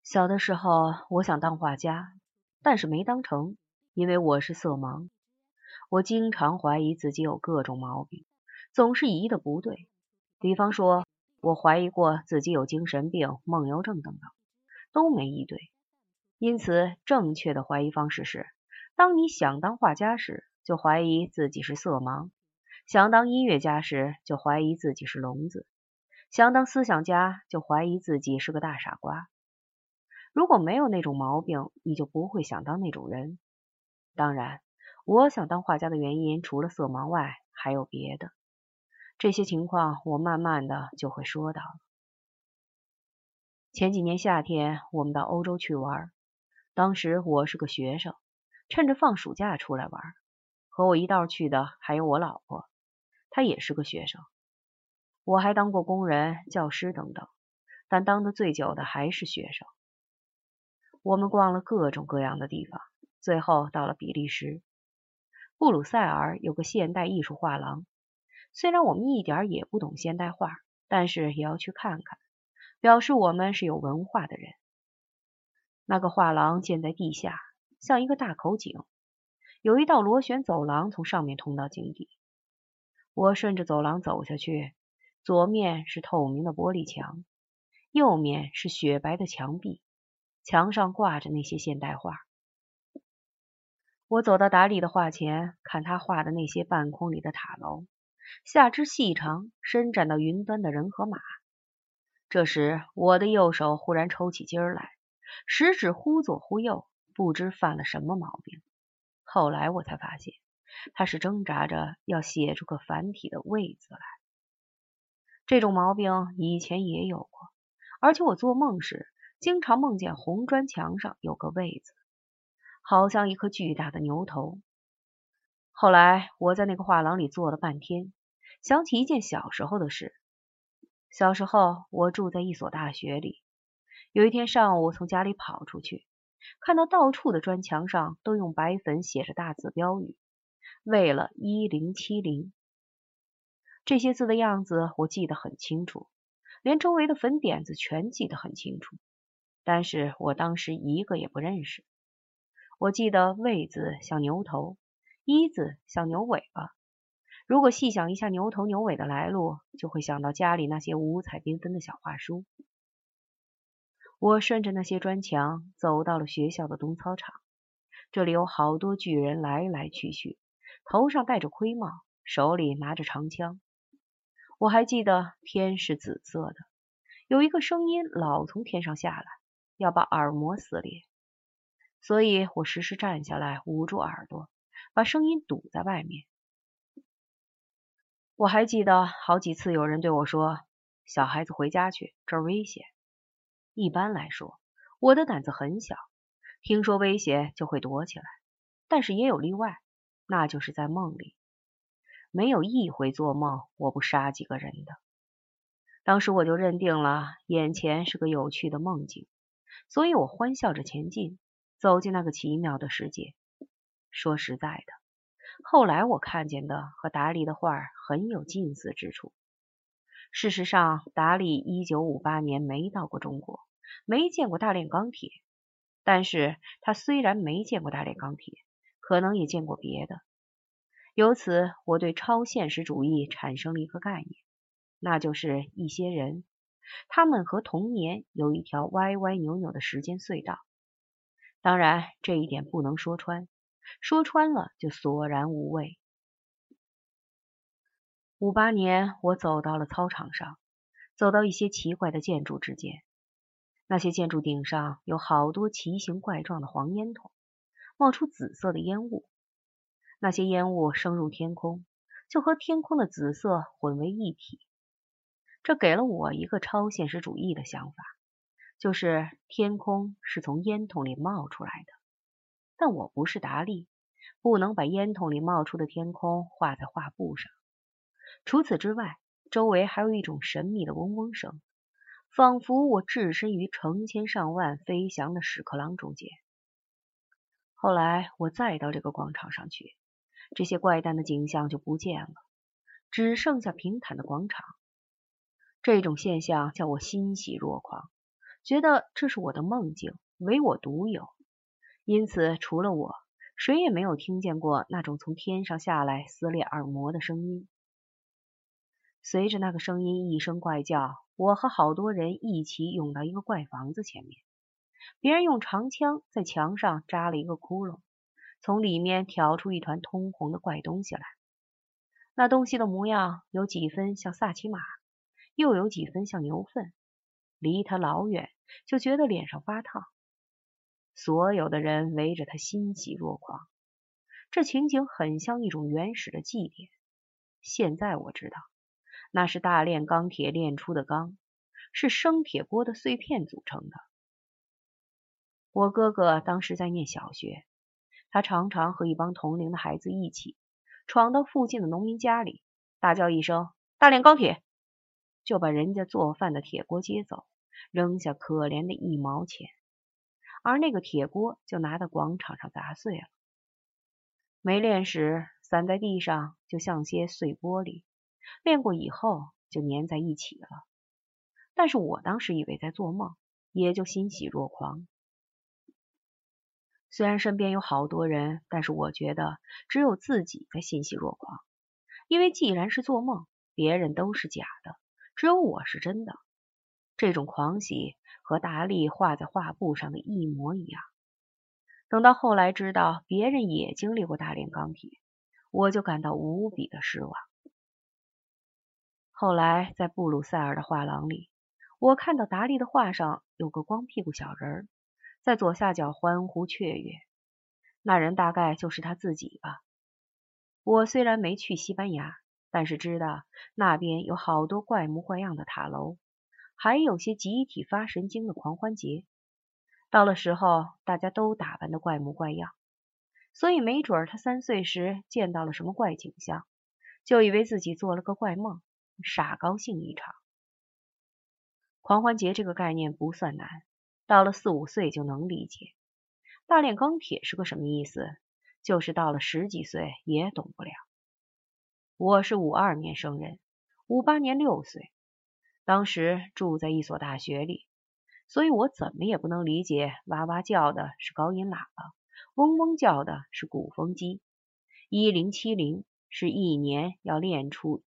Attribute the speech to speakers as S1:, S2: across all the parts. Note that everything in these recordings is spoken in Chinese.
S1: 小的时候，我想当画家，但是没当成，因为我是色盲。我经常怀疑自己有各种毛病，总是疑的不对。比方说，我怀疑过自己有精神病、梦游症等等，都没疑对。因此，正确的怀疑方式是：当你想当画家时，就怀疑自己是色盲；想当音乐家时，就怀疑自己是聋子；想当思想家，就怀疑自己是个大傻瓜。如果没有那种毛病，你就不会想当那种人。当然，我想当画家的原因除了色盲外，还有别的。这些情况我慢慢的就会说到了。前几年夏天，我们到欧洲去玩，当时我是个学生，趁着放暑假出来玩。和我一道去的还有我老婆，她也是个学生。我还当过工人、教师等等，但当得最久的还是学生。我们逛了各种各样的地方，最后到了比利时。布鲁塞尔有个现代艺术画廊，虽然我们一点也不懂现代画，但是也要去看看，表示我们是有文化的人。那个画廊建在地下，像一个大口井，有一道螺旋走廊从上面通到井底。我顺着走廊走下去，左面是透明的玻璃墙，右面是雪白的墙壁，墙上挂着那些现代画。我走到达利的画前，看他画的那些半空里的塔楼，下肢细长，伸展到云端的人和马。这时，我的右手忽然抽起筋儿来，食指忽左忽右，不知犯了什么毛病。后来我才发现，他是挣扎着要写出个繁体的“位”字来。这种毛病以前也有过，而且我做梦时经常梦见红砖墙上有个“位”字，好像一颗巨大的牛头。后来我在那个画廊里坐了半天，想起一件小时候的事。小时候我住在一所大学里，有一天上午从家里跑出去，看到到处的砖墙上都用白粉写着大字标语，为了1070。这些字的样子我记得很清楚，连周围的粉点子全记得很清楚，但是我当时一个也不认识。我记得“位”字像牛头，“字像牛尾巴。如果细想一下牛头牛尾的来路，就会想到家里那些五彩缤纷的小画书。我顺着那些砖墙走到了学校的东操场，这里有好多巨人来来去去，头上戴着盔帽，手里拿着长枪。我还记得天是紫色的，有一个声音老从天上下来，要把耳膜撕裂，所以我时时站下来捂住耳朵，把声音堵在外面。我还记得好几次有人对我说：“小孩子回家去，这儿危险。”一般来说，我的胆子很小，听说危险就会躲起来，但是也有例外，那就是在梦里。没有一回做梦我不杀几个人的。当时我就认定了眼前是个有趣的梦境，所以我欢笑着前进，走进那个奇妙的世界。说实在的，后来我看见的和达利的画很有近似之处。事实上，达利1958年没到过中国，没见过大炼钢铁，但是他虽然没见过大炼钢铁，可能也见过别的。由此，我对超现实主义产生了一个概念，那就是一些人，他们和童年有一条歪歪扭扭的时间隧道。当然，这一点不能说穿，说穿了就索然无味。58年，我走到了操场上，走到一些奇怪的建筑之间。那些建筑顶上有好多奇形怪状的黄烟筒，冒出紫色的烟雾。那些烟雾升入天空，就和天空的紫色混为一体。这给了我一个超现实主义的想法，就是天空是从烟筒里冒出来的。但我不是达利，不能把烟筒里冒出的天空画在画布上。除此之外，周围还有一种神秘的嗡嗡声，仿佛我置身于成千上万飞翔的屎壳郎中间。后来我再到这个广场上去，这些怪诞的景象就不见了，只剩下平坦的广场。这种现象叫我欣喜若狂， 觉得这是我的梦境，唯我独有，因此除了我，谁也没有听见过那种从天上下来撕裂耳膜的声音。随着那个声音一声怪叫，我和好多人一起涌到一个怪房子前面，别人用长枪在墙上扎了一个窟窿，从里面挑出一团通红的怪东西来。那东西的模样有几分像萨其马，又有几分像牛粪，离他老远就觉得脸上发烫。所有的人围着他欣喜若狂，这情景很像一种原始的祭典。现在我知道，那是大炼钢铁炼出的钢，是生铁锅的碎片组成的。我哥哥当时在念小学，他常常和一帮同龄的孩子一起闯到附近的农民家里，大叫一声大炼钢铁，就把人家做饭的铁锅接走，扔下可怜的1毛钱，而那个铁锅就拿到广场上砸碎了。没练时散在地上就像些碎玻璃，练过以后就粘在一起了。但是我当时以为在做梦，也就欣喜若狂。虽然身边有好多人，但是我觉得只有自己在欣喜若狂，因为既然是做梦，别人都是假的，只有我是真的。这种狂喜和达利画在画布上的一模一样。等到后来知道别人也经历过大炼钢铁，我就感到无比的失望。后来在布鲁塞尔的画廊里，我看到达利的画上有个光屁股小人，在左下角欢呼雀跃，那人大概就是他自己吧。我虽然没去西班牙，但是知道那边有好多怪模怪样的塔楼，还有些集体发神经的狂欢节。到了时候，大家都打扮得怪模怪样，所以没准他3岁时见到了什么怪景象，就以为自己做了个怪梦，傻高兴一场。狂欢节这个概念不算难，到了4、5岁就能理解。大炼钢铁是个什么意思，就是到了10几岁也懂不了。我是52年生人，58年6岁，当时住在一所大学里，所以我怎么也不能理解哇哇叫的是高音喇叭，嗡嗡叫的是鼓风机，1070是一年要炼出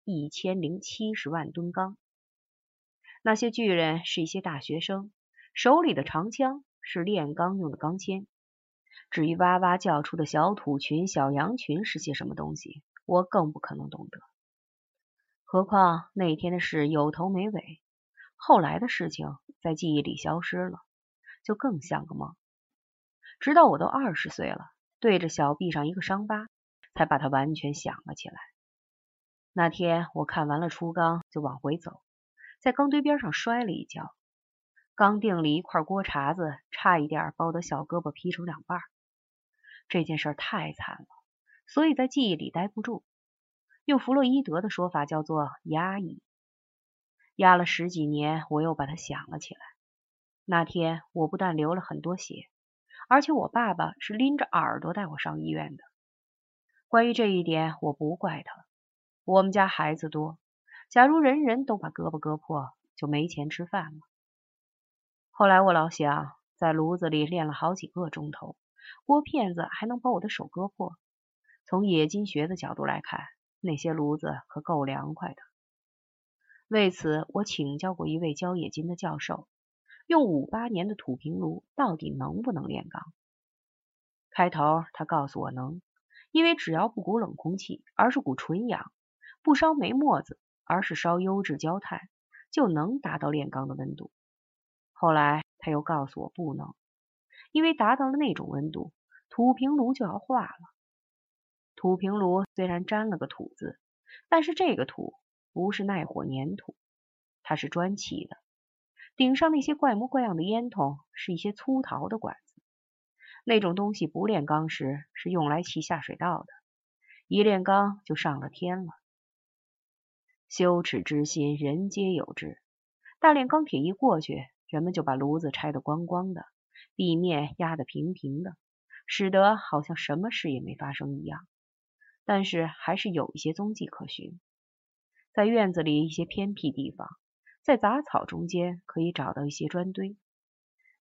S1: 1070万吨钢。那些巨人是一些大学生，手里的长枪是炼钢用的钢钎。至于哇哇叫出的小土群、小羊群是些什么东西，我更不可能懂得。何况那天的事有头没尾，后来的事情在记忆里消失了，就更像个梦。直到我都20岁了，对着小臂上一个伤疤，才把它完全想了起来。那天我看完了出缸就往回走，在钢堆边上摔了一跤，钢锭里一块锅碴子差一点把我的小胳膊劈成2半。这件事太惨了，所以在记忆里待不住。用弗洛伊德的说法叫做压抑。压了10几年，我又把它想了起来。那天我不但流了很多血，而且我爸爸是拎着耳朵带我上医院的。关于这一点，我不怪他。我们家孩子多，假如人人都把胳膊割破，就没钱吃饭了。后来我老想，在炉子里练了好几个钟头，锅片子还能把我的手割破。从冶金学的角度来看，那些炉子可够凉快的。为此，我请教过一位教冶金的教授，用58年的土平炉到底能不能炼钢？开头他告诉我能，因为只要不鼓冷空气，而是鼓纯氧，不烧煤沫子，而是烧优质焦炭，就能达到炼钢的温度。后来他又告诉我不能，因为达到了那种温度，土平炉就要化了。土平炉虽然沾了个土字，但是这个土不是耐火粘土，它是砖砌的，顶上那些怪模怪样的烟筒是一些粗陶的管子，那种东西不炼钢时是用来砌下水道的，一炼钢就上了天了。羞耻之心人皆有之，大炼钢铁一过去，人们就把炉子拆得光光的，地面压得平平的，使得好像什么事也没发生一样。但是还是有一些踪迹可循，在院子里一些偏僻地方，在杂草中间可以找到一些砖堆，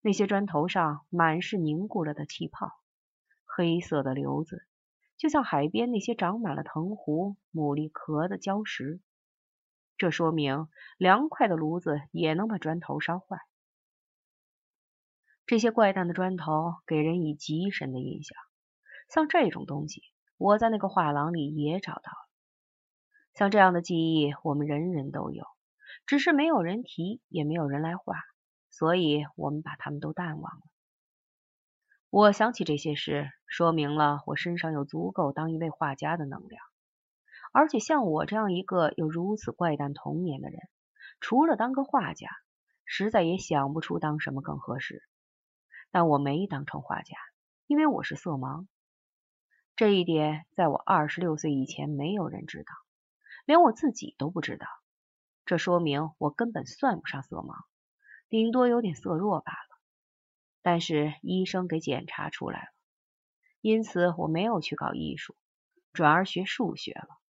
S1: 那些砖头上满是凝固了的气泡，黑色的瘤子，就像海边那些长满了藤壶、牡蛎壳的礁石。这说明凉快的炉子也能把砖头烧坏。这些怪诞的砖头给人以极深的印象。像这种东西，我在那个画廊里也找到了。像这样的记忆，我们人人都有，只是没有人提，也没有人来画，所以我们把它们都淡忘了。我想起这些事，说明了我身上有足够当一位画家的能量。而且像我这样一个有如此怪诞童年的人，除了当个画家，实在也想不出当什么更合适。但我没当成画家，因为我是色盲。这一点在我26岁以前没有人知道，连我自己都不知道。这说明我根本算不上色盲，顶多有点色弱罢了。但是医生给检查出来了，因此我没有去搞艺术，转而学数学了。